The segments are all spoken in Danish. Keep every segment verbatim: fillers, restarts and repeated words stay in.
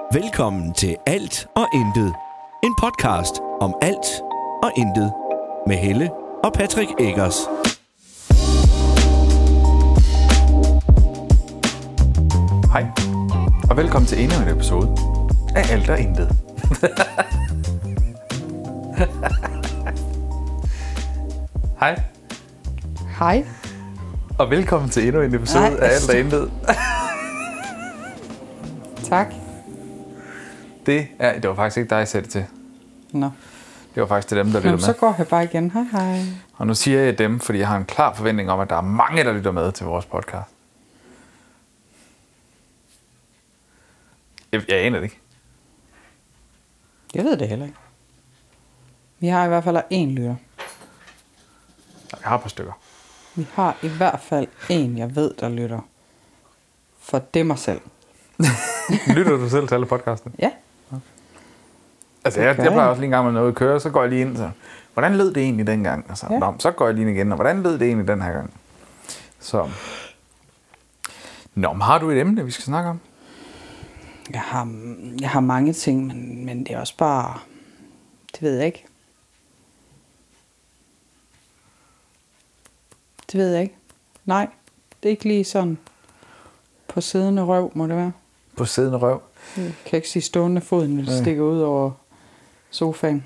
Velkommen til Alt og Intet. En podcast om alt og intet. Med Helle og Patrick Eggers. Hej, og velkommen til endnu en episode af Alt og Intet. Hej. Hej. Og velkommen til endnu en episode Ej, af Alt og Intet. Tak. Det, er, det var faktisk ikke dig, jeg sagde det til. Nå. Det var faktisk til dem, der lytter med. Så går jeg bare igen. Hej, hej. Og nu siger jeg dem, fordi jeg har en klar forventning om, at der er mange, der lytter med til vores podcast. Jeg, jeg aner det ikke. Jeg ved det heller ikke. Vi har i hvert fald en lytter. Jeg har et par stykker. Vi har i hvert fald en, jeg ved, der lytter. For det mig selv. Lytter du selv til alle podcasten? Ja. Altså, jeg, jeg plejer også lige en gang med noget at køre, så går jeg lige ind, så hvordan lød det egentlig dengang? Altså, ja. Nå, så går jeg lige ind igen, og hvordan lød det egentlig den her gang? Så. Nå, men har du et emne, vi skal snakke om? Jeg har, jeg har mange ting, men, men det er også bare, det ved jeg ikke. Det ved jeg ikke. Nej, det er ikke lige sådan på siddende røv, må det være. På siddende røv? Jeg kan ikke sige stående foden, når det ja. stikker ud over sofaen.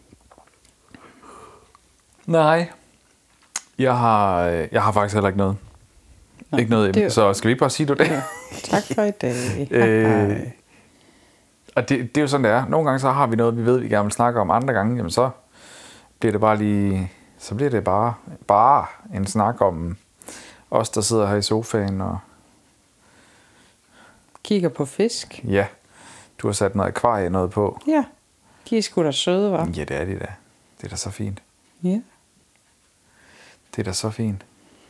Nej. Jeg har, jeg har faktisk heller ikke noget. Nå, ikke noget emne, så skal vi ikke bare sige du det? Ja. Tak for i dag. øh, og det, det er jo sådan, det er. Nogle gange så har vi noget, vi ved, vi gerne vil snakke om. Andre gange, jamen så bliver det bare lige... Så bliver det bare, bare en snak om os, der sidder her i sofaen og... Kigger på fisk. Ja, du har sat noget akvarie noget på. Ja, de er sgu da søde, hva'? Ja, det er de da. Det er da så fint. Ja. Det er da så fint.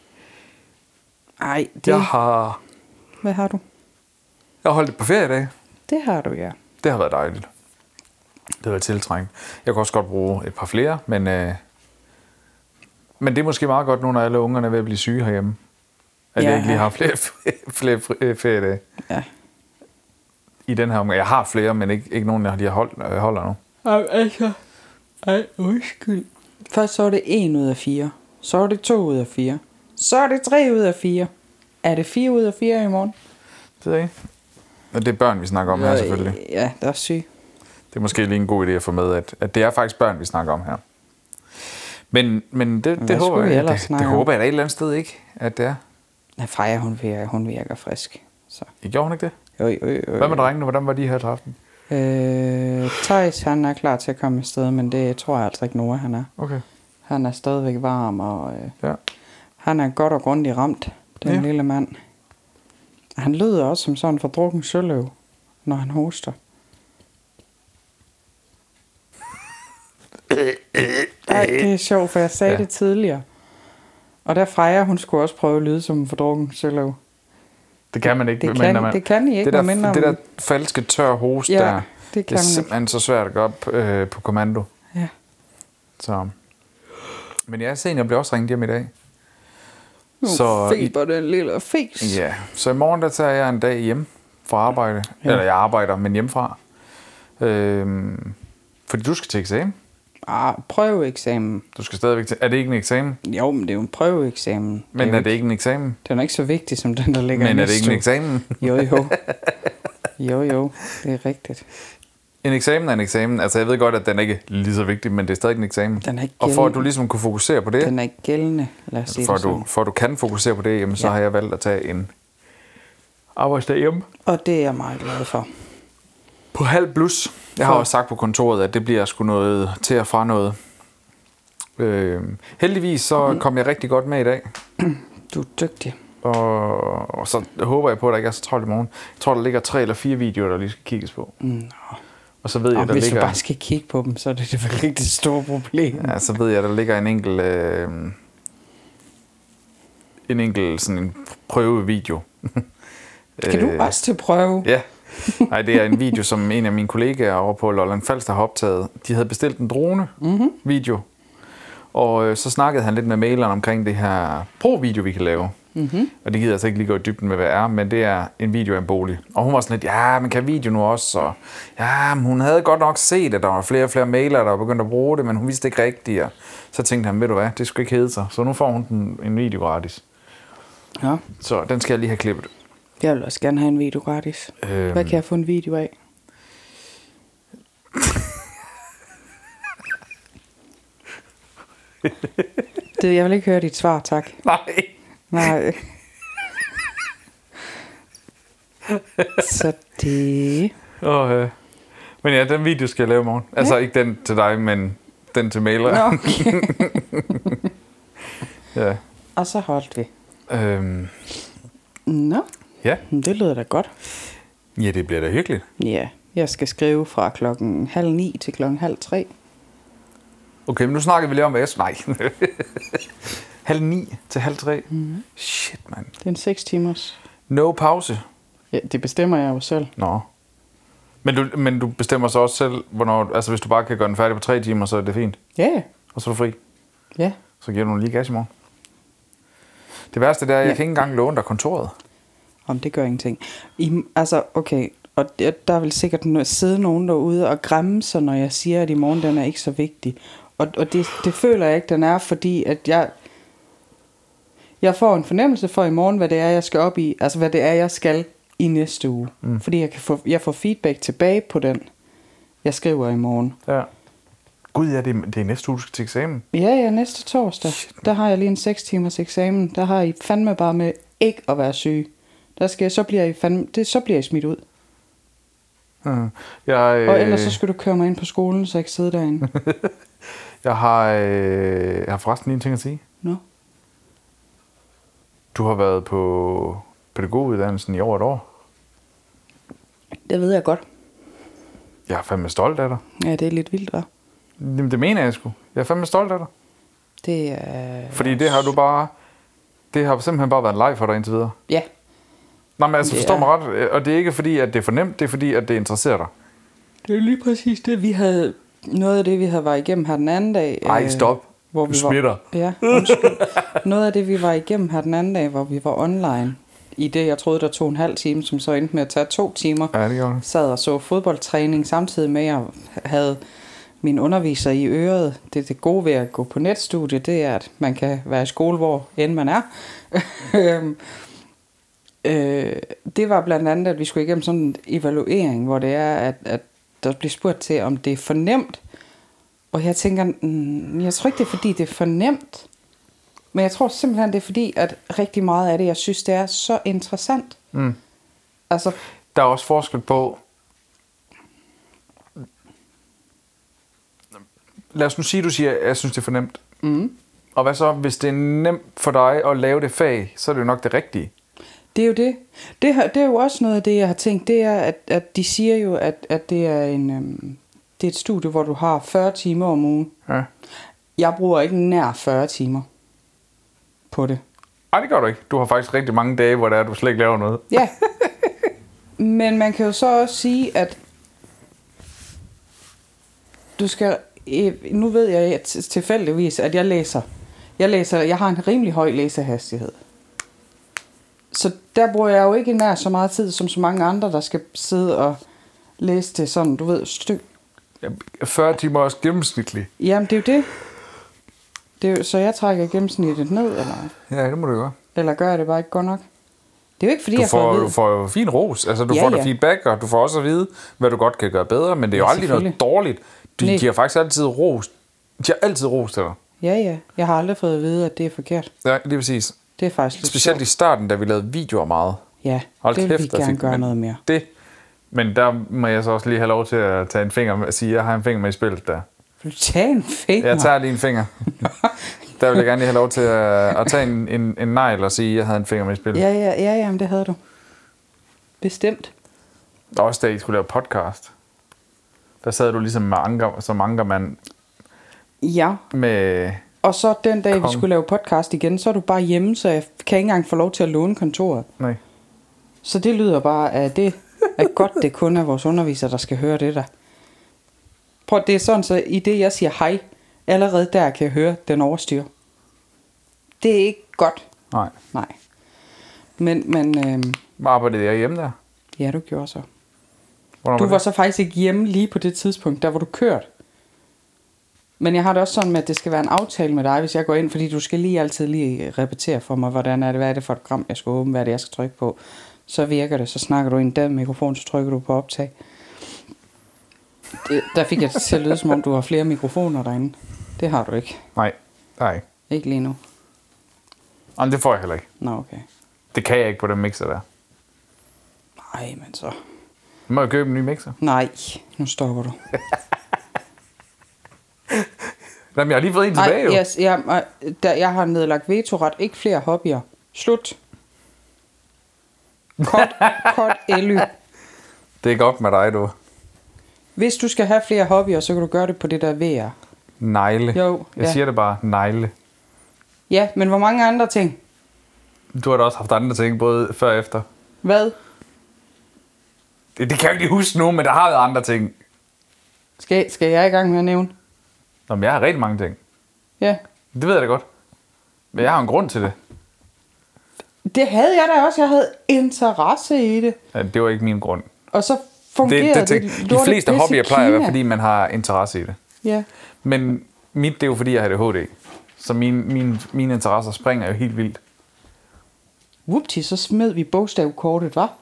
Ej, det... Jeg har... Hvad har du? Jeg har holdt det på ferie i dag. Det har du, ja. Det har været dejligt. Det har været tiltrængt. Jeg kan også godt bruge et par flere, men... Øh... Men det er måske meget godt nu, når alle ungerne er ved at blive syge herhjemme. At ja, jeg ikke lige har flere, flere feriedage. Ja. I den her omgang. Jeg har flere, men ikke, ikke nogen, jeg lige hold, holder nu. Ej, altså. Ej, undskyld. Først så er det en ud af fire. Så er det to ud af fire. Så er det tre ud af fire. Er det fire ud af fire i morgen? Det ved jeg ikke. Og det er børn, vi snakker om ja, her selvfølgelig. Ja, det er syg. Det er måske lige en god idé at få med, at, at det er faktisk børn, vi snakker om her. Men, men det, det, håber, jeg, det, det håber jeg da et eller andet sted ikke, at det er. Ja, Freja, hun virker, hun virker frisk. Så. Gjorde hun ikke det? Jo, jo, jo, jo. Hvad med drengene? Hvordan var de her til aften? Øh, Thijs, han er klar til at komme afsted, men det tror jeg altså ikke Noah, han er. Okay. Han er stadigvæk varm, og øh, ja. han er godt og grundigt ramt, den ja. lille mand. Han lyder også som sådan en fordrukken søløv, når han hoster. Ej, det er sjovt, for jeg sagde ja. det tidligere. Og der Freja, hun skulle også prøve at lyde som en fordrukken søløv. Det kan man ikke. Det kan, man, det kan I ikke. Det der, mindre, det der falske tør host ja, der, det, det er simpelthen så svært at gøre op øh, på kommando. Ja. Så. Men jeg er sen, jeg bliver også ringet hjem i dag. Nu så feber den lille fis. Ja, så i morgen der tager jeg en dag hjem fra arbejde. Ja. Eller jeg arbejder, men hjemmefra. Øhm, fordi du skal til eksamen. Ah, prøveeksamen. Du skal stadigvæk til... Er det ikke en eksamen? Jo, men det er jo en prøveeksamen. Men det er, er det ikke en eksamen? Den er ikke så vigtig som den, der ligger Men i er det ikke en eksamen? Jo, jo. Jo, jo. Det er rigtigt. En eksamen er en eksamen. Altså, jeg ved godt, at den er ikke lige så vigtig, men det er stadig en eksamen. Den er ikke og for at du ligesom kunne fokusere på det... Den er ikke gældende, lad os sige for det du, for at du kan fokusere på det, jamen, så ja. har jeg valgt at tage en arbejdsdag hjemme. Og det er jeg meget glad for. På halv plus. Jeg har også sagt på kontoret, at det bliver sgu noget til og fra noget. Øh, heldigvis så mm. kom jeg rigtig godt med i dag. Du er dygtig. Og, og så håber jeg på, at der ikke er så travlt i morgen. Jeg tror, der ligger tre eller fire videoer, der lige skal kigges på. Mm. Og så ved og jeg, der hvis ligger... du bare skal kigge på dem, så er det det vel ikke det store problem. Ja, så ved jeg, der ligger en enkelt... Øh, en enkelt sådan en prøvevideo. Skal du også til prøve? Ja. Nej, det er en video, som en af mine kollegaer over på Lolland Falster har optaget. De havde bestilt en drone-video. Mm-hmm. Og øh, så snakkede han lidt med maileren omkring det her pro-video, vi kan lave. Mm-hmm. Og det gider jeg altså ikke lige gå i dybden med, hvad det er, men det er en video af en bolig. Og hun var sådan lidt, ja, men kan video nu også? Og ja, men hun havde godt nok set, at der var flere og flere mailere, der var begyndt at bruge det, men hun vidste ikke rigtigt. Og så tænkte han, ved du hvad, det skulle ikke hedde sig. Så nu får hun den, en video gratis. Ja. Så den skal jeg lige have klippet. Jeg vil også gerne have en video gratis. Øhm. Hvad kan jeg få en video af? det, jeg vil ikke høre dit svar, tak. Nej. Nej. Så det... Oh, øh. Men ja, den video skal jeg lave i morgen. Altså ja. ikke den til dig, men den til mailer. Okay. Ja. Og så holdt vi. Øhm. Nå. Ja. Det lyder da godt. Ja, det bliver da hyggeligt. Ja, jeg skal skrive fra klokken halv ni til klokken halv tre. Okay, men nu snakker vi lige om, hvad jeg... Nej. halv ni til halv tre. Mm-hmm. Shit, mand. Det er en seks timers. No pause. Ja, det bestemmer jeg jo selv. Nå. Men du, men du bestemmer så også selv, hvornår... Altså, hvis du bare kan gøre den færdig på tre timer, så er det fint. Ja, ja. Og så er du fri. Ja. Så giver du lige gas i morgen. Det værste det er, at jeg ja. kan ikke engang låne dig kontoret. Om det gør ingenting. I, altså, okay... Og der, der vil sikkert sidde nogen derude og græmme sig, når jeg siger, at i morgen den er ikke så vigtig. Og, og det, det føler jeg ikke, den er, fordi at jeg, jeg får en fornemmelse for i morgen, hvad det er, jeg skal op i. Altså, hvad det er, jeg skal i næste uge. Mm. Fordi jeg, kan få, jeg får feedback tilbage på den, jeg skriver i morgen. Ja. Gud, ja, det er, det er næste uge, du skal til eksamen. Ja, ja, næste torsdag. Shit. Der har jeg lige en seks timers eksamen. Der har I fandme bare med ikke at være syg. Der skal jeg, så bliver I fandme, det, så bliver I smidt ud. Hmm. Jeg, øh... Og ellers så skal du køre mig ind på skolen, så jeg kan sidde derinde. jeg, har, øh... jeg har forresten lige en ting at sige. Nå. Du har været på pædagoguddannelsen i over et år. Det ved jeg godt. Jeg er fandme stolt af dig. Ja, det er lidt vildt, hva'? Jamen, det mener jeg sgu. Jeg er fandme stolt af dig. Det er... Fordi det har du bare... Det har simpelthen bare været en leg for dig indtil videre. Ja. Nå, men altså, forstår er... mig ret. Og det er ikke fordi, at det er for nemt. Det er fordi, at det interesserer dig. Det er lige præcis det, vi havde... Noget af det, vi havde været igennem her den anden dag... Ej, stop. Hvor du vi smitter. Var, ja, undskyld. Noget af det, vi var igennem her den anden dag, hvor vi var online. I det, jeg troede, der tog en halv time, som så endte med at tage to timer. Ja, det gjorde det. Sad og så fodboldtræning, samtidig med, at jeg havde min underviser i øret. Det, det gode ved at gå på netstudie, det er, at man kan være i skole, hvor end man er. øh, det var blandt andet, at vi skulle igennem sådan en evaluering, hvor det er, at, at der bliver spurgt til, om det er for nemt. Og jeg tænker, mm, jeg tror ikke, det er fordi, det er for nemt. Men jeg tror simpelthen, det er fordi, at rigtig meget af det, jeg synes, det er så interessant. Mm. Altså, der er også forskel på... Lad os nu sige, du siger, at jeg synes, det er for nemt. Mm. Og hvad så, hvis det er nemt for dig at lave det fag, så er det jo nok det rigtige. Det er jo det. Det, har, det er jo også noget af det, jeg har tænkt, det er, at, at de siger jo, at, at det er en... Øhm, det er et studie, hvor du har fyrre timer om ugen. Ja. Jeg bruger ikke nær fyrre timer på det. Nej, det gør du ikke. Du har faktisk rigtig mange dage, hvor der er, du slet ikke laver noget. Ja. Men man kan jo så også sige, at du skal... Nu ved jeg tilfældigvis, at jeg læser. Jeg læser, jeg har en rimelig høj læsehastighed. Så der bruger jeg jo ikke nær så meget tid, som så mange andre, der skal sidde og læse det sådan, du ved, stykke. fyrre timer også gennemsnitligt. Jamen, det er jo det. det er jo, så jeg trækker gennemsnittet ned, eller? Ja, det må du gøre. Eller gør jeg det bare ikke godt nok? Det er jo ikke, fordi du jeg får, får at vide. Du får jo fin ros. Altså, du ja, får ja. da feedback, og du får også at vide, hvad du godt kan gøre bedre, men det er jo ja, aldrig noget dårligt. De, de har faktisk altid ros. De har altid ros til dig. Ja, ja. Jeg har aldrig fået at vide, at det er forkert. Ja, det er præcis. Det er faktisk lidt specielt sjovt. I starten, da vi lavede videoer meget. Ja, Hold det vil kæft, vi gerne fik, gøre men noget mere. Det, men der må jeg så også lige have lov til at tage en finger med, at sige, at jeg har en finger med i spillet der. Vil du tage en finger? Jeg tager lige en finger. Der vil jeg gerne lige have lov til at, at tage en, en, en negl og sige, at jeg havde en finger med i spillet. Ja, ja, ja, ja, men det havde du. Bestemt. Også da I skulle lave podcast. Der sad du ligesom med anker, som ankermand. Ja. Med... Og så den dag, Kom. vi skulle lave podcast igen, så er du bare hjemme, så jeg kan ikke engang få lov til at låne kontoret. Nej. Så det lyder bare, at det er godt, det kun er vores undervisere, der skal høre det der. Prøv, det er sådan, så i det, jeg siger hej, allerede der kan jeg høre, den overstyr. Det er ikke godt. Nej. Nej. Men, men øhm, Arbejdede jeg hjemme der? ja, du gjorde så. Hvornår Du var var det? så faktisk ikke hjemme lige på det tidspunkt, der hvor du kørte. Men jeg har det også sådan med, at det skal være en aftale med dig, hvis jeg går ind, fordi du skal lige altid lige repetere for mig, hvordan er det, hvad er det for et gram, jeg skal åbne, hvad er det, jeg skal trykke på. Så virker det, så snakker du i en den mikrofon, så trykker du på optag. Det, der fik jeg det til at lyde, som om du har flere mikrofoner derinde. Det har du ikke. Nej, nej. Ikke lige nu. Jamen, det får jeg heller ikke. Nå, okay. Det kan jeg ikke på den mixer der. Nej, men så... Må jeg købe en ny mixer? Nej, nu stopper du. Jamen, jeg har lige fået en tilbage, jo. Nej, yes, jeg, der, jeg har nedlagt vetoret. Ikke flere hobbyer. Slut. Kort, kort ely. Det er godt med dig, du. Hvis du skal have flere hobbyer, så kan du gøre det på det der V R. Negle. Jo, Jeg ja. siger det bare, negle. Ja, men hvor mange andre ting? Du har da også haft andre ting, både før og efter. Hvad? Det, det kan jeg ikke lige huske nu, men der har været andre ting. Skal, skal jeg i gang med at nævne? Nå, men jeg har rigtig mange ting. Ja. Det ved jeg da godt. Men jeg har en grund til det. Det havde jeg da også. Jeg havde interesse i det. Ja, det var ikke min grund. Og så fungerede det. det, det, det de fleste hobbyer plejer at være, fordi Kina. man har interesse i det. Ja. Men mit, det er jo fordi, jeg har A D H D. Så mine, mine, mine interesser springer jo helt vildt. Whoopty, så smed vi bogstavkortet, hva'?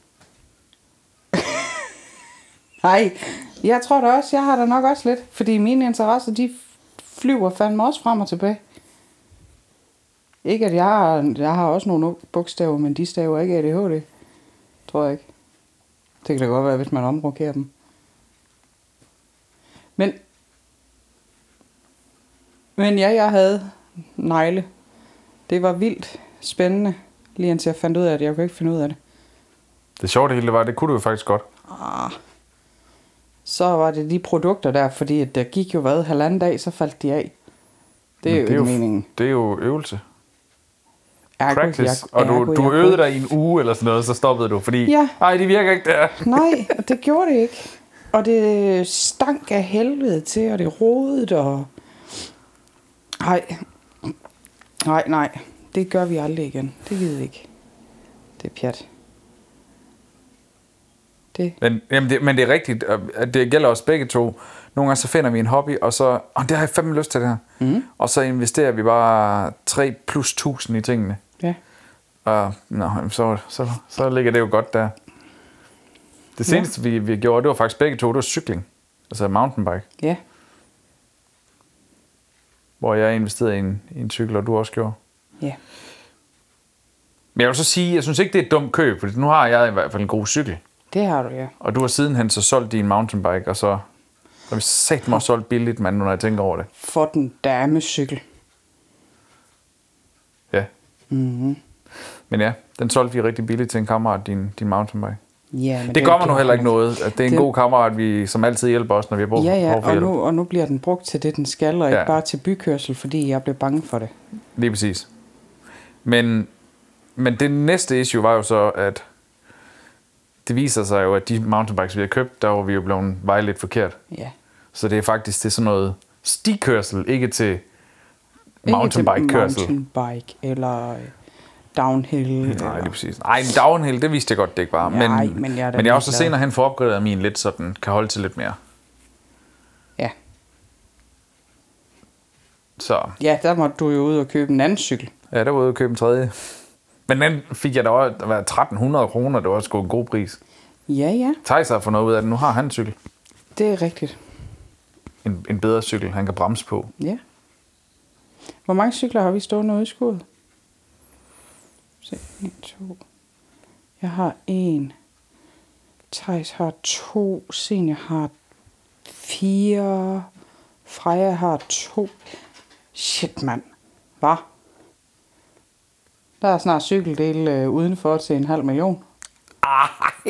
Nej, jeg tror da også, jeg har da nok også lidt. Fordi mine interesser, de flyver fandme også frem og tilbage. Ikke at jeg har, jeg har også nogle bogstaver, men de staver ikke A D H D. Tror jeg ikke. Det kan da godt være, hvis man omrokerer dem. Men, men ja, jeg havde negle. Det var vildt spændende, lige indtil jeg fandt ud af det. Jeg kunne ikke finde ud af det. Det sjove det hele var, det kunne du jo faktisk godt. Ah. Så var det de produkter der, fordi at der gik jo hvad, halvanden dag, så faldt de af. Det er Men jo det er ikke jo, meningen. det er jo øvelse. Ergo, Practice. jeg- og du, ergo, du jeg øvede kunne- dig i en uge eller sådan noget, så stoppede du, fordi... Ja. Nej, det virker ikke der. Nej, det gjorde det ikke. Og det stank af helvede til, og det rodede, og... Nej. Nej, nej. Det gør vi aldrig igen. Det gider vi ikke. Det er pjat. Det. Men, jamen det, men det er rigtigt, at det gælder os begge to. Nogle gange så finder vi en hobby, og så... Åh, det har jeg fandme lyst til det her. Mm. Og så investerer vi bare tre plus tusind i tingene. Ja. Og nå, så, så, så ligger det jo godt der. Det seneste, ja. vi, vi gjorde, det var faktisk begge to, det var cykling. Altså mountainbike. Ja. Hvor jeg investerede i en, i en cykel, og du også gjorde. Ja. Men jeg vil så sige, jeg synes ikke, det er et dumt køb, fordi nu har jeg i hvert fald en god cykel. Det har du, ja. Og du har sidenhen så solgt din mountainbike, og så har vi sagt mig solgt billigt, mand, når jeg tænker over det. For den damecykel. Ja. Mhm. Men ja, den solgte vi rigtig billigt til en kammerat, din, din mountainbike. Ja, men Det gør mig nu gjorde heller ikke han noget. At det er en Det- god kammerat, vi, som altid hjælper os, når vi har brug Ja, ja, brug for og hjælp. nu, og nu bliver den brugt til det, den skal, og Ja. ikke bare til bykørsel, fordi jeg blev bange for det. Lige præcis. Men, men det næste issue var jo så, at det viser sig jo, at de mountainbikes, vi har købt, der var vi jo blevet vejet lidt forkert. Ja. Så det er faktisk til sådan noget stikørsel, ikke til Ikke til mountainbike-kørsel. mountainbike eller øh, downhill. Nej, eller... lige præcis. Nej, en downhill, det vidste jeg godt, det ikke var. Men, Nej, men jeg er da men jeg har også ligeglad. senere hen får opgraderet min lidt, så den kan holde til lidt mere. Ja. Så Ja, der måtte du jo ud og købe en anden cykel. ja, der var jeg ude og købe en tredje. Men den fik jeg da også, der var tretten hundrede kroner, det var sgu en god pris. Ja, ja, Thijs har fået noget ud af det, nu har han en cykel. det er rigtigt. En, en bedre cykel, han kan bremse på. Ja. Hvor mange cykler har vi stående ude i skuddet? Se, en, to. Jeg har en. Thijs har to. Senior har fire. Freja har to. Shit, mand. Hvad? Der er snart cykeldel øh, udenfor til en halv million. Ej,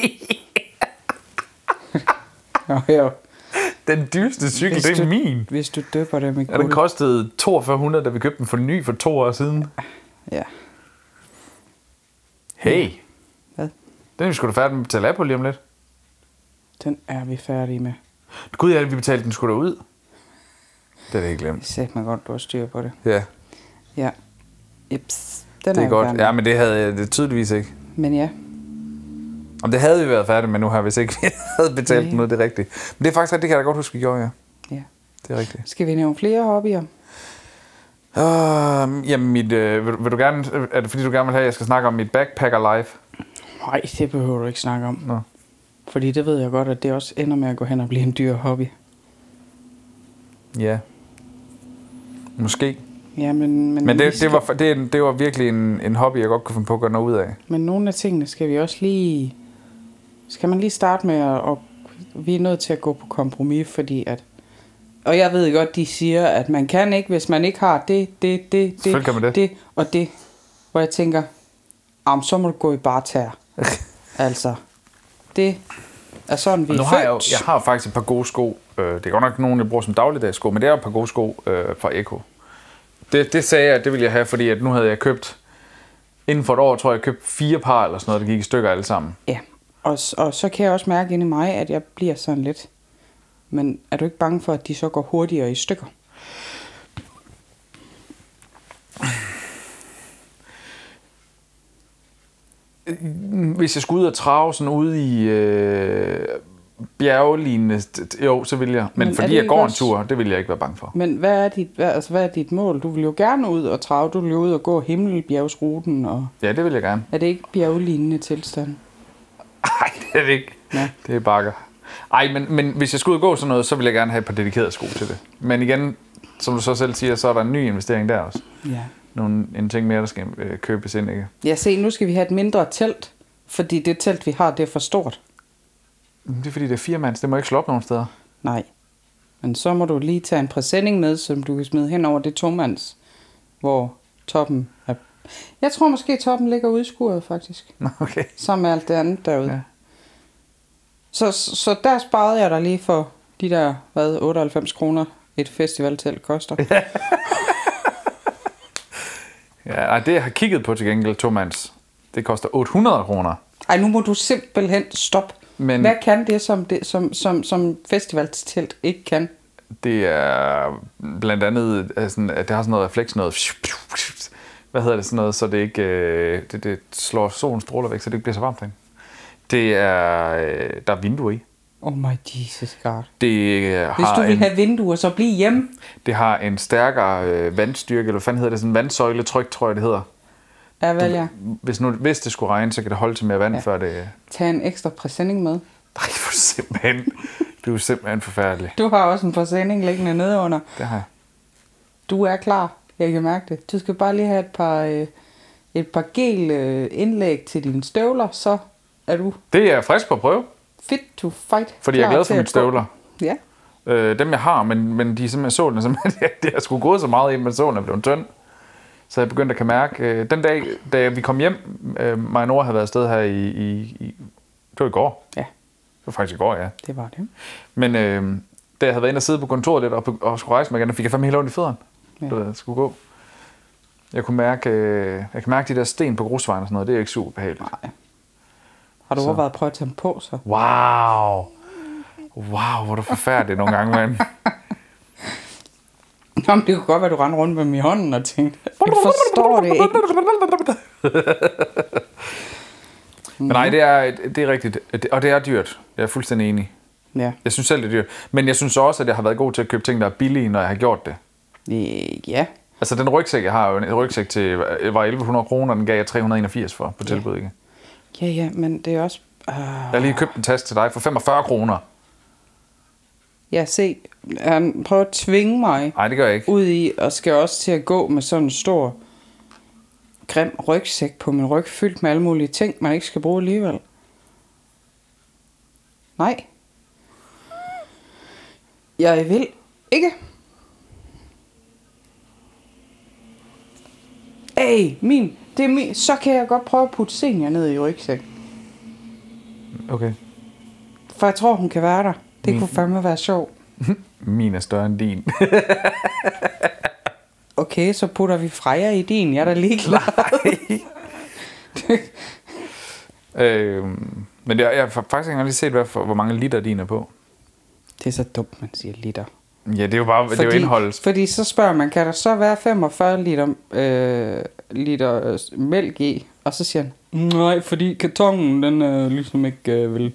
Jo, jo. den dyreste cykel, Hvis det er du- min. Hvis du døber det med Ja, den guld. kostede toogfyrre hundrede, da vi købte den for ny for to år siden. Ja. Hey, Hvad? den er vi sgu da færdige med at betale af på lige om lidt. Den er vi færdige med. Gud, ja, vi betalte den sgu da ud. Det er det ikke Det glemt. sagde man godt, du har styr på det. Ja. Ja. Jeps. Den det er, er godt. gerne. Ja, men det havde jeg det tydeligvis ikke. Men ja. Om det havde vi været færdige med nu her, hvis ikke vi havde betalt Nej. noget, det er rigtigt. Men det er faktisk rigtigt, det kan jeg da godt huske, vi gjorde, ja. Ja. Det er rigtigt. Skal vi nævne flere hobbyer? Uh, jamen, mit, øh, vil, vil du gerne, er det fordi, du gerne vil have, at jeg skal snakke om mit backpacker life? Nej, det behøver du ikke snakke om. Nå. Fordi det ved jeg godt, at det også ender med at gå hen og blive en dyr hobby. Ja. Måske. Ja, men, men, Men det, skal, det, var, det, det var virkelig en, en hobby, jeg godt kunne finde på at gøre noget ud af. men nogle af tingene skal vi også lige... Skal man lige starte med at... at vi er nødt til at gå på kompromis, fordi at... Og jeg ved godt, de siger, at man kan ikke, hvis man ikke har det, det, det, det, kan man det. det og det. Hvor jeg tænker, om så må du gå i barter. Altså, det er sådan, vi Og nu er har jeg, jo, født. jeg har faktisk et par gode sko. Øh, Det er godt nok nogle, jeg bruger som dagligdags sko, men det er jo et par gode sko øh, fra Eko. Det, det sagde jeg, at det ville jeg have, fordi at nu havde jeg købt, inden for et år, tror jeg, jeg købte fire par eller sådan noget, der gik i stykker alle sammen. Ja, og, og så kan jeg også mærke inde i mig, at jeg bliver sådan lidt. Men er du ikke bange for, at de så går hurtigere i stykker? Hvis jeg skulle ud og trave sådan ude i øh, bjergelignende, jo, så ville jeg. Men, Men men er fordi det jeg ikke går en også- tur, det ville jeg ikke være bange for. Men hvad er, dit, hvad, altså, hvad er dit mål? Du vil jo gerne ud og trave. Du vil jo ud og gå himmelbjergsruten. Og Ja, det vil jeg gerne. er det ikke bjerglignende tilstand? Nej, det er det ikke. Ja. Det er bakker. Ej, men, men hvis jeg skulle ud og gå sådan noget, så ville jeg gerne have et par dedikerede sko til det. Men igen, som du så selv siger, så er der en ny investering der også. Ja. Nogle, en ting mere, der skal øh, købes ind, ikke? Ja, se, nu skal vi have et mindre telt. Fordi det telt, vi har, det er for stort. Det er fordi, det er firemands. Det må ikke slå op nogen steder. Nej. Men så må du lige tage en præsending med, som du kan smide hen over det tomands, hvor toppen er... Jeg tror måske, toppen ligger udskuret, faktisk. Nå, okay. Sammen med alt det andet derude. Ja. Ja. Så, så der sparede jeg dig lige for de der, hvad, otteoghalvfems kroner et festivaltelt koster. Ja, ej, det jeg har kigget på til gengæld, tomands, det koster otte hundrede kroner. Ej, nu må du simpelthen stoppe. Men Hvad kan det, som, det, som, som, som festivaltelt ikke kan? det er blandt andet, altså, at det har sådan noget refleks, noget... Hvad hedder det sådan noget, så det ikke øh, det, det slår solens stråler væk, så det ikke bliver så varmt derinde. Det er, øh, der er vinduer i. Oh my Jesus God. Det, øh, Hvis har du vil en, have vinduer, så bliv hjemme. det har en stærkere øh, vandstyrke, eller hvad fanden hedder det, sådan en vandsøjletryk, tror jeg det hedder. Ja, vel ja. Hvis, nu, hvis det skulle regne, så kan det holde til mere vand, ja. Før det... Tag en ekstra præsending med. Nej, du er simpelthen, du er simpelthen forfærdelig. Du har også en præsending liggende nede under. Det har jeg. Du er klar. Jeg kan mærke det. Du skal bare lige have et par, øh, et par gel øh, indlæg til dine støvler, så er du Det er jeg frisk på at prøve, fit to fight. fordi jeg er Klar glad til for at mine gå. støvler. Ja. Øh, dem jeg har, men, men de er simpelthen solen er simpelthen, det har sgu gået så meget ind, men solen er blevet tynd. Så jeg begyndte at kan mærke, øh, den dag, da vi kom hjem, øh, mig og Nora havde været afsted her i, i, i, det var i går. Ja, Det var faktisk i går, ja. det var det. Men øh, da jeg havde været inde og sidde på kontoret lidt og, og skulle rejse mig igen, der fik jeg fandme helt ondt i fødderne, Ja. da jeg skulle gå. Jeg kunne mærke, øh, jeg kan mærke de der sten på grusvejen og sådan noget, det er ikke super behageligt. Nej. Har du Så. overvejet at prøve at tage dem på, så? Wow! Wow, hvor er du forfærdelig nogle gange, mand. Nå, men det kunne godt være, at du rendte rundt med dem i hånden og tænkte, jeg forstår det ikke. Men nej, det er, det er rigtigt, og det er dyrt. Jeg er fuldstændig enig. Ja. Jeg synes selv, det er dyrt. Men jeg synes også, at jeg har været god til at købe ting, der er billige, når jeg har gjort det. Øh, ja. Altså den rygsæk, jeg har, jo en rygsæk til, var elleve hundrede kroner, den gav jeg tre hundrede og enogfirs for på tilbud, ikke? Ja, ja, men det er også... Uh... Jeg har lige købt en taske til dig for femogfyrre kroner. Ja, se, han prøver at tvinge mig Nej, det gør jeg ikke. ud i, og skal også til at gå med sådan en stor, grim rygsæk på min ryg, fyldt med alle mulige ting, man ikke skal bruge alligevel. Nej. Jeg vil ikke. Ej, min, det er min, så kan jeg godt prøve at putte senior ned i rygsæk. Okay. For jeg tror, hun kan være der. Det Min. kunne fandme være sjovt. Min er større end din. Okay, så putter vi Freja i din. Jeg er da lige klar. øhm, men jeg, jeg har faktisk ikke engang lige set, hvad for, hvor mange liter din er på. Det er så dumt, man siger liter. Ja, det er jo bare fordi, det er jo indholdet. Fordi så spørger man, kan der så være femogfyrre liter øh, liter mælk i, og så siger han, nej, fordi kartongen, den er ligesom ikke øh, vil...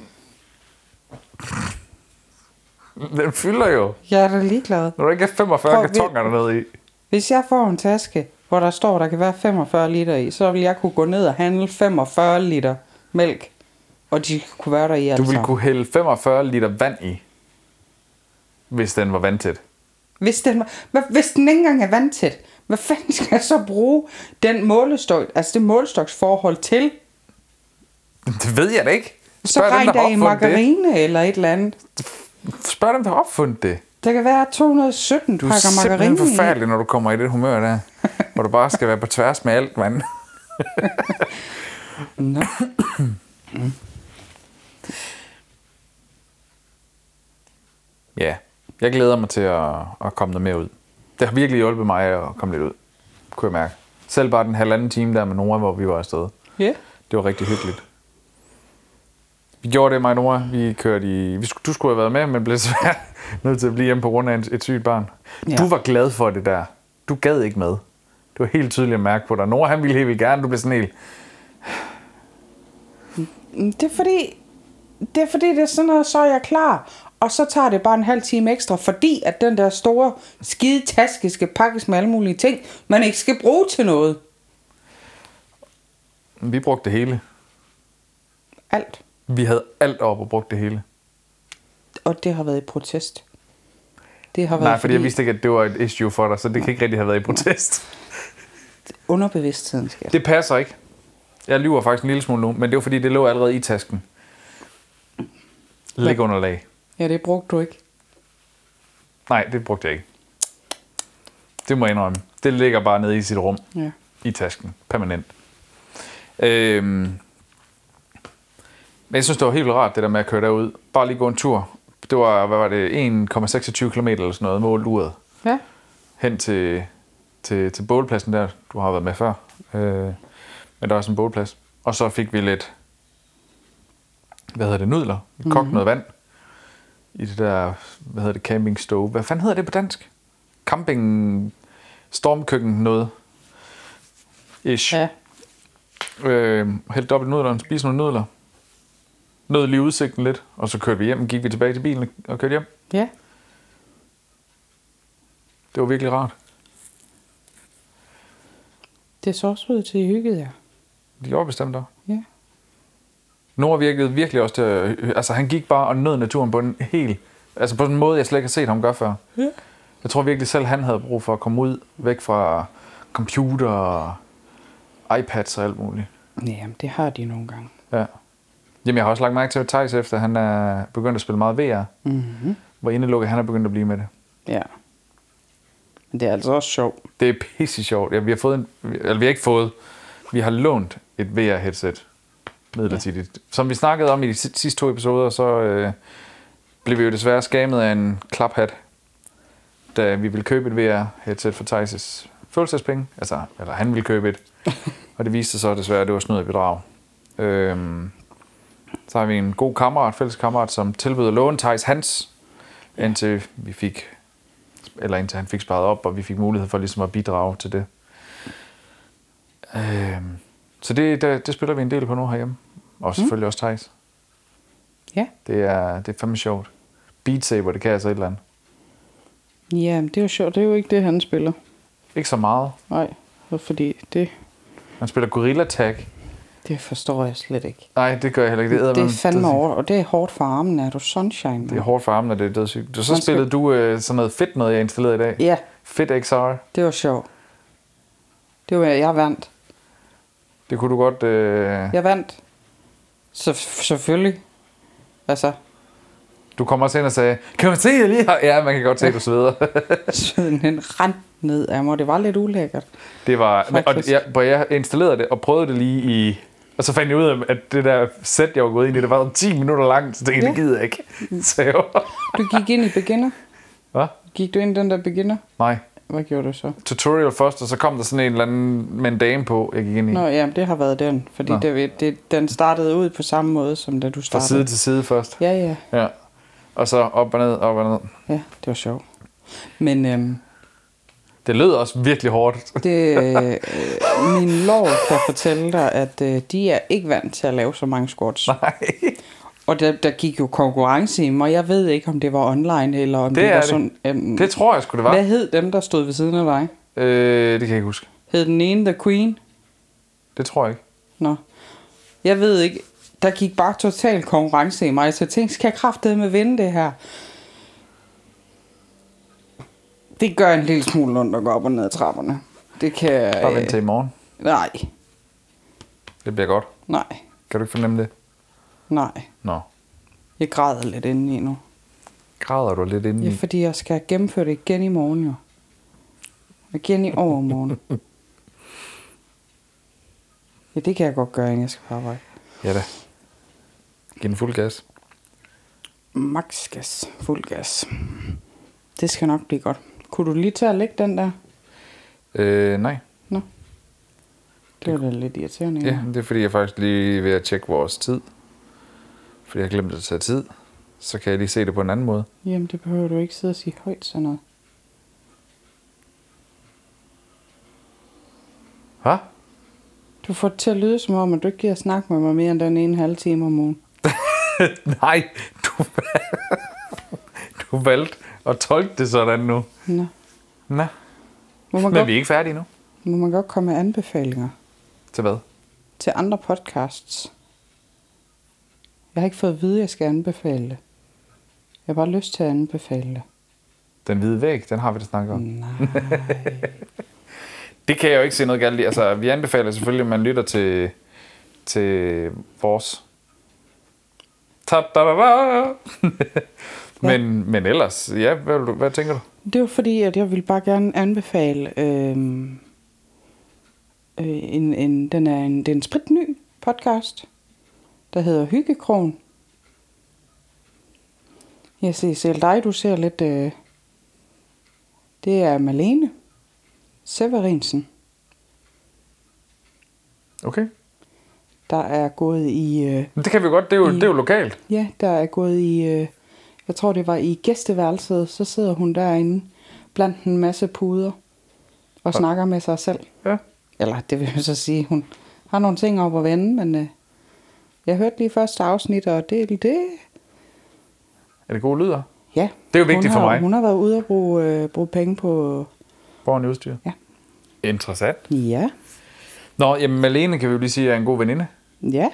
Den fylder jo. Jeg er da ligeglad. Når du ikke har femogfyrre Prøv, kartonger dernede i. Hvis jeg får en taske, hvor der står, der kan være femogfyrre liter i, så vil jeg kunne gå ned og handle femogfyrre liter mælk, og de kunne være der i alt. Du ville kunne hælde femogfyrre liter vand i, hvis den var vandtæt. Hvis den, var, hvis den ikke engang er vandtæt, hvad fanden skal jeg så bruge den målestok, altså det målestoksforhold til? Det ved jeg da ikke. Spørg så regn der i margarine det. Eller et eller andet. Spørg dem, der har opfundet det. Der kan være to hundrede og sytten pakker margarine. Du er simpelthen forfærdelig, når du kommer i det humør der, hvor du bare skal være på tværs med alt, mand. Nå. Mm. Ja, jeg glæder mig til at, at komme der mere ud. Det har virkelig hjulpet mig at komme lidt ud, kunne jeg mærke. Selv bare den halvanden time der med Nora, hvor vi var afsted. Ja. Yeah. Det var rigtig hyggeligt. Vi gjorde det, mig og Nora. Vi kørte i... Vi, du skulle have været med, men blev svært nødt til at blive hjemme på grund af et sygt barn. Ja. Du var glad for det der. Du gad ikke med. Det var helt tydeligt at mærke på dig. Nora, han ville helt vildt gerne. Du blev sådan helt... Det er fordi... Det er fordi, det er sådan noget, så er jeg klar. Og så tager det bare en halv time ekstra, fordi at den der store skide taske skal pakkes med alle mulige ting, man ikke skal bruge til noget. Vi brugte det hele. Alt. Vi havde alt op og brugt det hele. Og det har været i protest. Det har været Nej, fordi, fordi jeg vidste ikke, at det var et issue for dig, så det kan ikke rigtig have været i protest. Underbevidstheden skal. Det passer ikke. Jeg lyver faktisk en lille smule nu, men det var fordi, det lå allerede i tasken. Læg under lag. Ja, det brugte du ikke. Nej, det brugte jeg ikke. Det må jeg indrømme. Det ligger bare nede i sit rum. Ja. I tasken. Permanent. Øhm, men jeg synes, det var helt vildt rart, det der med at køre derud. Bare lige gå en tur. Det var, hvad var det, en komma seksogtyve kilometer eller sådan noget, målt uret. Ja. Hen til, til, til bålpladsen der. Du har været med før. Øh, men der var sådan en bålplads. Og så fik vi lidt, hvad hedder det, nudler. Vi kogte mm-hmm. noget vand. I det der, hvad hedder det, camping stove. Hvad fanden hedder det på dansk? Camping stormkøkken noget. Ish. Ja. Øh, hældte op i nudlerne, spiste nogle nudler. Nåede lige udsigten lidt, og så kørte vi hjem, gik vi tilbage til bilen og kørte hjem. Ja. Det var virkelig rart. Det så også ud til I hyggede jer. Det gjorde bestemt også. Ja. Nora virkede virkelig også til at, altså han gik bare og nød naturen på en helt, altså på en måde, jeg slet ikke har set ham gøre før. Ja. Jeg tror virkelig selv, han havde brug for at komme ud, væk fra computer og iPads og alt muligt. Jamen, det har de nogle gange. Ja. Jamen, jeg har også lagt mærke til, at Theis efter, han er begyndt at spille meget V R. Mm-hmm. Hvor indelukket han er begyndt at blive med det. Ja. Men det er altså også sjovt. Det er pisse sjovt. Ja, vi har fået en, eller vi har ikke fået, vi har lånt et V R-headset midlertidigt. Ja. Som vi snakkede om i de sidste to episoder, så øh, blev vi jo desværre skammet af en klaphat, da vi ville købe et V R-headset for Theis' følelsespenge. Altså, eller han ville købe et. Og det viste sig så desværre, at det var snyd og bedrag. Øhm, så har vi en god kammerat, fælles kammerat, som tilbød at låne Theis hans, indtil vi fik, eller indtil han fik sparet op, og vi fik mulighed for ligesom at bidrage til det. Øhm, så det, det, det spiller vi en del på nu herhjemme. Og selvfølgelig mm. også Theis. Ja. Det er, det er fandme sjovt. Beat Saber, det kan altså et eller andet. Ja, det er jo sjovt. Det er jo ikke det, han spiller. Ikke så meget. Nej, fordi det... Han spiller Gorilla Tag. Det forstår jeg slet ikke. Nej, det gør jeg heller ikke. Det, det er fandme over, og det er hårdt for armen. Er du sunshine? Man? Det er hårdt for armen, og det er dødssygt. Så spillede du øh, sådan noget fedt noget, jeg installerede i dag. Ja. Fit X R. Det var sjovt. Det var, jeg vandt. Det kunne du godt... Øh... Jeg vandt. Så selvfølgelig. Altså... Du kommer også ind og sagde, kan man se, jeg lige har... Ja, man kan godt se, at du sveder. Sveden den rent ned af mig. Det var lidt ulækkert. Det var... Og jeg, jeg installerede det og prøvede det lige i... Og så fandt jeg ud af, at det der sæt, jeg var gået ind i, det var ti minutter langt, så det ja. gider jeg ikke. Så jeg var... Du gik ind i beginner? Hvad? Gik du ind i den der beginner? Nej. Hvad gjorde du så? Tutorial først, og så kom der sådan en eller anden med en dame på, jeg gik ind i. Nå ja, det har været den. Fordi det, det, den startede ud på samme måde, som da du startede. Fra side til side først. Ja, ja. Ja. Og så op og ned, op og ned. Ja, det var sjovt. Men, øhm, Det lød også virkelig hårdt. Det, øh, min lår kan fortælle dig, at øh, de er ikke vant til at lave så mange squats. Nej. Og der, der gik jo konkurrence i dem, og jeg ved ikke, om det var online, eller om det, det var det. sådan... Um, det tror jeg sgu, det var. Hvad hed dem, der stod ved siden af dig? Øh, det kan jeg ikke huske. Hed den ene The Queen? Det tror jeg ikke. Nå. Jeg ved ikke. Der gik bare total konkurrence i mig, så jeg tænkte, skal jeg kraftedeme vinde det her? Det gør en lille smule ondt at gå op og ned ad trapperne. Det kan... Bare vente til i morgen. Nej. Det bliver godt. Nej. Kan du ikke fornemme det? Nej. Nå. Jeg græder lidt indeni nu. Græder du lidt indeni? Ja, fordi jeg skal gennemføre det igen i morgen, jo. Igen i overmorgen. Ja, det kan jeg godt gøre, inden jeg skal på arbejde. Ja da. Giv den fuld gas. Max gas. Fuld gas. Det skal nok blive godt. Kunne du lige tage at lægge den der? Øh, nej. Nå. Det var da lidt irriterende. Ja, det er fordi, jeg faktisk lige er ved at tjekke vores tid. Fordi jeg har glemt at tage tid. Så kan jeg lige se det på en anden måde. Jamen, det behøver du ikke sidde og sige højt sådan noget. Hvad? Du får det til at lyde som om, at du ikke gider snakke med mig mere end den ene halve time om ugen. Nej, du, du valgte at tolke det sådan nu. Nå. Nå. Må man, Men godt, vi er ikke færdige nu. må man godt komme med anbefalinger Til hvad? til andre podcasts? Jeg har ikke fået at vide, at jeg skal anbefale det. Jeg har bare lyst til at anbefale det. Den hvide væg, den har vi da snakket om. Nej. Det kan jeg jo ikke se noget galt i. Altså, vi anbefaler selvfølgelig, at man lytter til, til vores... Ta-da-da-da! men, ja. men ellers, ja, hvad, du, hvad tænker du? Det var fordi, at jeg vil bare gerne anbefale... Øhm, øh, en, en, den er en, det er en spritny podcast, der hedder Hyggekrogen. Jeg ser selv dig, du ser lidt... Øh, det er Malene Severinsen. Okay. Der er gået i... Øh, Det kan vi godt, det er jo, i, det er jo lokalt. Ja, der er gået i... Øh, jeg tror, det var i gæsteværelset. Så sidder hun derinde blandt en masse puder og ja. snakker med sig selv. Ja. Eller det vil jeg så sige, hun har nogle ting op at vende, men øh, jeg hørte lige første afsnit, og det er det. Er det gode lyder? Ja. Det er jo vigtigt har, for mig. Hun har været ude og bruge, øh, bruge penge på... Borgen udstyr. Ja. Interessant. Ja. Nå, jamen Malene kan vi jo lige sige er en god veninde. Ja.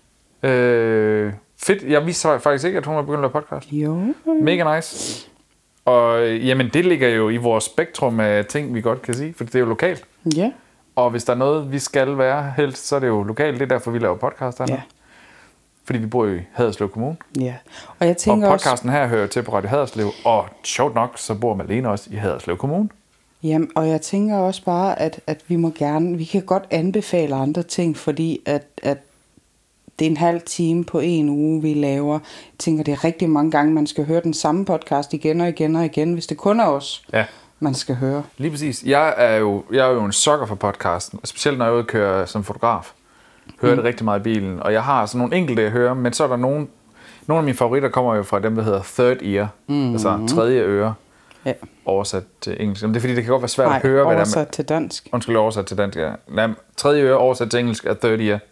Øh, fedt. Jeg vidste faktisk ikke, at hun var begyndt at lave podcast. Jo. Mega nice. Og jamen, det ligger jo i vores spektrum af ting, vi godt kan sige, for det er jo lokalt. Ja. Og hvis der er noget, vi skal være helst, så er det jo lokalt. Det er derfor, vi laver podcast her. Ja. Fordi vi bor jo i Haderslev Kommune. Ja. Og jeg tænker og podcasten også, her hører til på Radio Haderslev. Og sjovt nok, så bor Malene også i Haderslev Kommune. jamen, og jeg tænker også bare, at, at vi må gerne, vi kan godt anbefale andre ting, fordi at, at det er en halv time på en uge, vi laver. Jeg tænker, det er rigtig mange gange, man skal høre den samme podcast igen og igen og igen, hvis det kun er os, Ja. man skal høre. Lige præcis. Jeg er jo, jeg er jo en sokker for podcasten, specielt når jeg er ude og kører som fotograf. Hører mm. det rigtig meget i bilen, og jeg har sådan nogle enkelte, jeg hører, men så er der nogle, nogle af mine favoritter kommer jo fra dem, der hedder third ear, mm. altså tredje øre, ja. Oversat til engelsk. Men det er fordi, det kan godt være svært Nej, at høre, hvad der er. oversat til dansk. Undskyld, oversat til dansk, ja. Nej, tredje øre oversat til engelsk er third ear.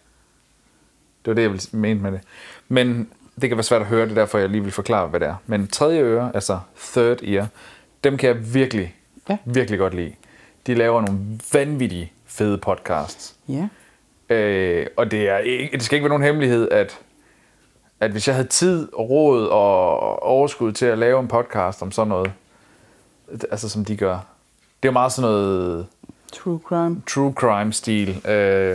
Det var det, jeg ville mene med det. Men det kan være svært at høre, det er derfor, jeg lige vil forklare, hvad det er. Men tredje øre, altså third ear, dem kan jeg virkelig, ja. virkelig godt lide. De laver nogle vanvittige fede podcasts. Ja. Øh, og det, er ikke, det skal ikke være nogen hemmelighed, at, at hvis jeg havde tid og råd og overskud til at lave en podcast om sådan noget, altså som de gør. Det er jo meget sådan noget... True crime. True crime stil. Øh,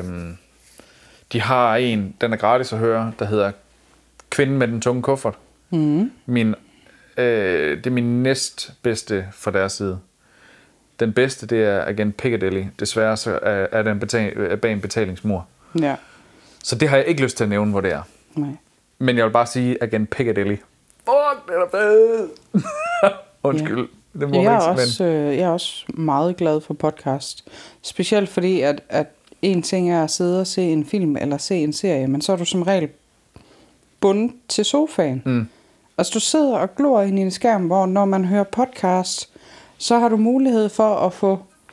de har en, den er gratis at høre, der hedder Kvinden med den tunge kuffert. Mm. Min, øh, det er min næstbedste fra deres side. Den bedste, det er Agent Piccadilly. Desværre så er, er den betal, er bag en betalingsmur. Ja. Så det har jeg ikke lyst til at nævne, hvor det er. Nej. Men jeg vil bare sige Agent Piccadilly. Fuck, det er fed! Undskyld. Ja. Det må jeg, er ikke, også, men... øh, jeg er også meget glad for podcast. Specielt fordi, at, at en ting er at sidde og se en film eller se en serie, men så er du som regel bundet til sofaen. Mm. Altså du sidder og glor ind i en skærm, hvor når man hører podcast, så har du mulighed for at få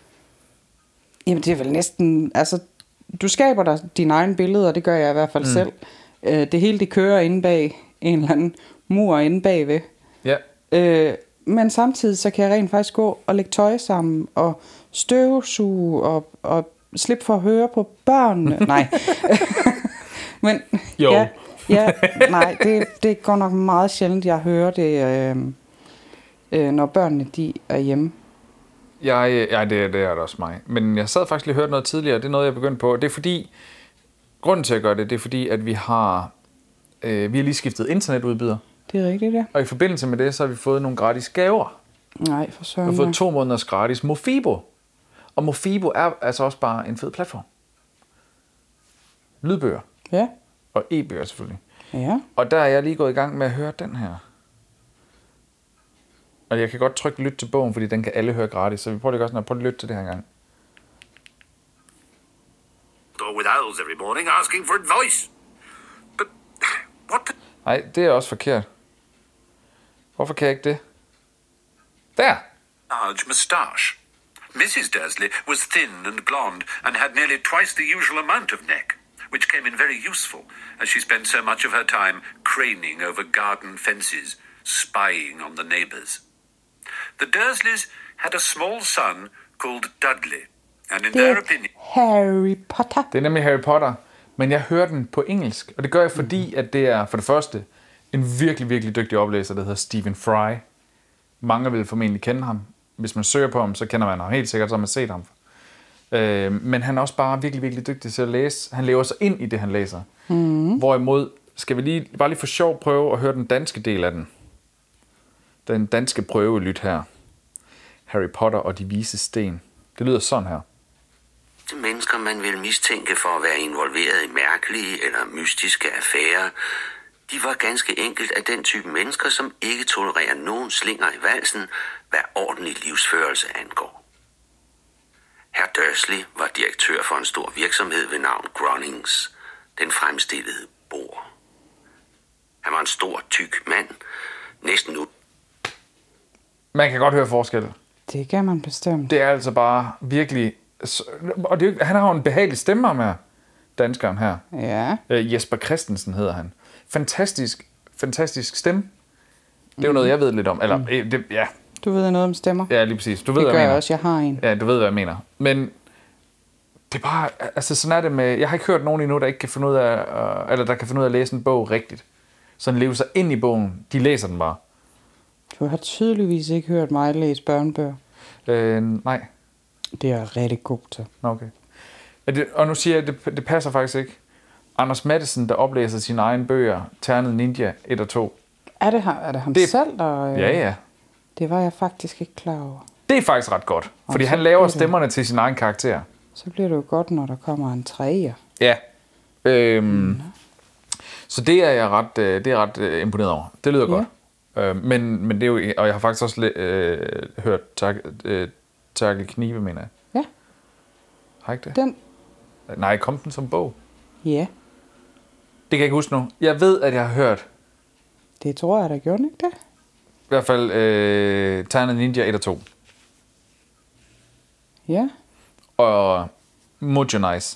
Jamen, det er vel næsten... Altså, du skaber dig dine egne billeder, og det gør jeg i hvert fald mm. selv. Øh, det hele, det kører inde bag en eller anden mur inde bagved. Ja. Øh, men samtidig, så kan jeg rent faktisk gå og lægge tøj sammen, og støvsuge, og, og slippe for at høre på børnene. Nej. Men, jo. Ja, ja, nej, det, det går nok meget sjældent, jeg hører det, øh, øh, når børnene de er hjemme. Jeg, ja, det, det er det også mig. Men jeg sad faktisk lige og hørte noget tidligere, det er noget, jeg begyndte på. Det er fordi, grunden til at gøre det, det er fordi, at vi har, øh, vi har lige skiftet internetudbyder. Det er rigtigt, ja. Og i forbindelse med det, så har vi fået nogle gratis gaver. Nej, for søren. Vi har fået to måneders gratis Mofibo. Og Mofibo er altså også bare en fed platform. Lydbøger. Ja. Og e-bøger selvfølgelig. Ja. Og der er jeg lige gået i gang med at høre den her. Og jeg kan godt trykke lyt til bogen, fordi den kan alle høre gratis. Så vi prøver lige også at prøve at lytte til det her gang. Door with owls every morning asking for advice. But what the... Nej, det er også forkert. Hvorfor kan jeg ikke det? Der! Large moustache. Missus Dursley was thin and blonde and had nearly twice the usual amount of neck, which came in very useful as she spent so much of her time craning over garden fences, spying on the neighbours. The Dursleys had a small son called Dudley, and in Det their er opinion... Harry Potter. Det er nemlig Harry Potter, men jeg hører den på engelsk. Og det gør jeg, fordi at det er for det første en virkelig, virkelig dygtig oplæser, der hedder Stephen Fry. Mange vil formentlig kende ham. Hvis man søger på ham, så kender man ham helt sikkert, så har man set ham. Øh, men han er også bare virkelig, virkelig dygtig til at læse. Han lever sig ind i det, han læser. Mm. Hvorimod, skal vi lige, bare lige for sjov prøve at høre den danske del af den. Den danske prøvelyt her. Harry Potter og de vise sten. Det lyder sådan her. De mennesker, man vil mistænke for at være involveret i mærkelige eller mystiske affærer, de var ganske enkelt af den type mennesker, som ikke tolererer nogen slinger i valsen, hvad ordentlig livsførelse angår. Herr Dursley var direktør for en stor virksomhed ved navn Grunnings. Den fremstillede bord. Han var en stor, tyk mand, næsten ud. Man kan godt høre forskel. Det kan man bestemt. Det er altså bare virkelig... Og det, han har jo en behagelig stemme, ham her, danskeren her. Ja. Øh, Jesper Christensen hedder han. Fantastisk, fantastisk stemme. Det er jo noget, jeg ved lidt om. Eller, mm. det, ja. Du ved noget om stemmer? Ja, lige præcis. Du ved, det hvad gør jeg jeg mener. også, jeg har en. Ja, du ved, hvad jeg mener. Men det er bare... Altså, sådan er det med... Jeg har ikke hørt nogen endnu, der ikke kan finde ud af... Uh, eller der kan finde ud af at læse en bog rigtigt. Sådan leve sig ind i bogen. De læser den bare. Du har tydeligvis ikke hørt mig læse børnebøger. Øh, nej. Det er jeg rigtig god til. Okay. Det, og nu siger jeg, at det, det passer faktisk ikke. Anders Matthesen, der oplæser sine egne bøger, Ternet Ninja et og to. Er det, er det ham det, selv, der... Øh, ja, ja. Det var jeg faktisk ikke klar over. Det er faktisk ret godt, fordi så han laver bliver det- stemmerne til sin egen karakter. Så bliver det jo godt, når der kommer en træer. Ja. Øhm, mm. Så det er jeg ret, øh, det er ret øh, imponeret over. Det lyder Ja. godt. Øh, men, men det er jo... Og jeg har faktisk også øh, hørt øh, Terkel Knive, mener jeg. Ja. Har ikke det? Den... Nej, kom den som bog? Ja, Det kan jeg ikke huske nu. Jeg ved, at jeg har hørt det tror jeg, der gjorde ikke det. i hvert fald øh, Ternet Ninja et og to. Ja. Og Mojo Nice.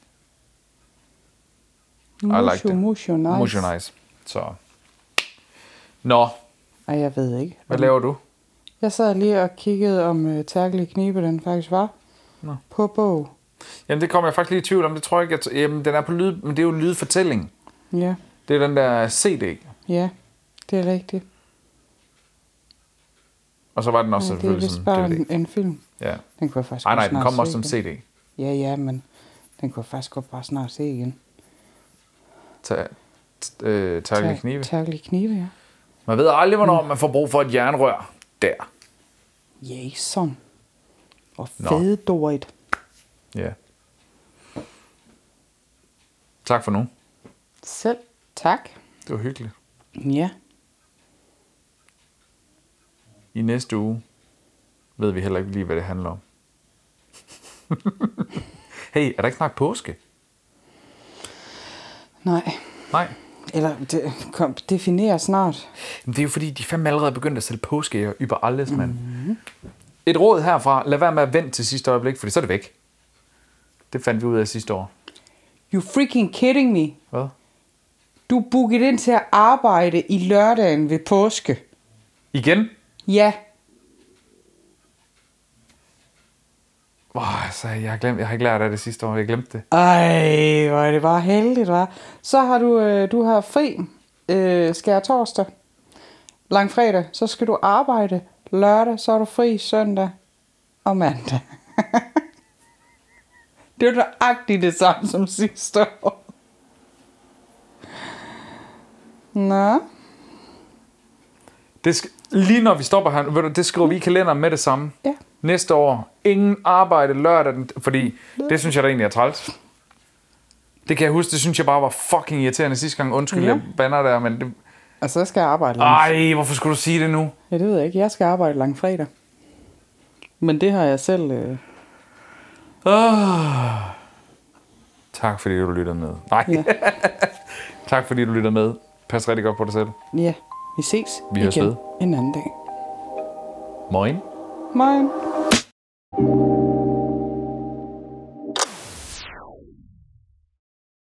I like det. Musho, nice. Mojo Nice. Så. Nå, Ej, jeg ved ikke. hvad laver du? Jeg sad lige og kiggede, om uh, Terkel i Knibe, den faktisk var Nå. på bog. Jamen, det kommer jeg faktisk lige i tvivl om. Det tror jeg ikke, at... Jamen, den er på lyd... Men det er jo en lydfortælling. Ja, Det er den der C D. ja, det er rigtigt. Og så var den også Ja, det er selvfølgelig vist som bare D V D. en, en film. Ja. Den kunne jeg faktisk Nej, godt nej, den snart kom også se som igen. C D. Ja, ja, men den kunne jeg faktisk godt bare snart se igen. Ta- t- øh, Terkel i Knive. Terkel i Knive, ja. Man ved aldrig, hvornår man får brug for et jernrør. Der. Jason. Og Nå. fede Dorit. Ja. Tak for nu. Selv tak. Det var hyggeligt. Ja. I næste uge ved vi heller ikke lige, hvad det handler om. Hey, er der ikke snart påske? Nej. Nej. Eller det, kom, definere snart. Men det er jo fordi, de fandme allerede begyndt at sælge påske über alles, mand. Mm-hmm. Et råd herfra, lad være med at vente til sidste øjeblik, fordi så er det væk. Det fandt vi ud af sidste år. You freaking kidding me. Hvad? Du er booket ind til at arbejde i lørdagen ved påske. Igen? Ja. Åh, så jeg har glemt, jeg har ikke lært af det sidste år, jeg glemte det. Ej, hvor er det bare heldigt, hva'? Så har du, øh, du har fri øh, skær torsdag, langfredag, så skal du arbejde lørdag, så er du fri søndag og mandag. Det er jo nøjagtigt det samme som sidste år. Nå. Det sk- lige når vi stopper her, ved du, det skriver vi i kalenderen med det samme. Ja. Næste år, ingen arbejde lørdag, den- fordi det synes jeg da egentlig er træls. Det kan jeg huske, det synes jeg bare var fucking irriterende sidste gang. Undskyld, Ja. jeg banner der, men det... Og så skal jeg arbejde lang. Ej, hvorfor skulle du sige det nu? Ja, det ved jeg ikke. Jeg skal arbejde langfredag. Men det har jeg selv... Øh... Oh. Tak fordi du lytter med. Nej. Ja. Tak fordi du lytter med. Pas rigtig godt på dig selv. Ja, vi ses Vi høres igen ved. en anden dag. Moin. Moin.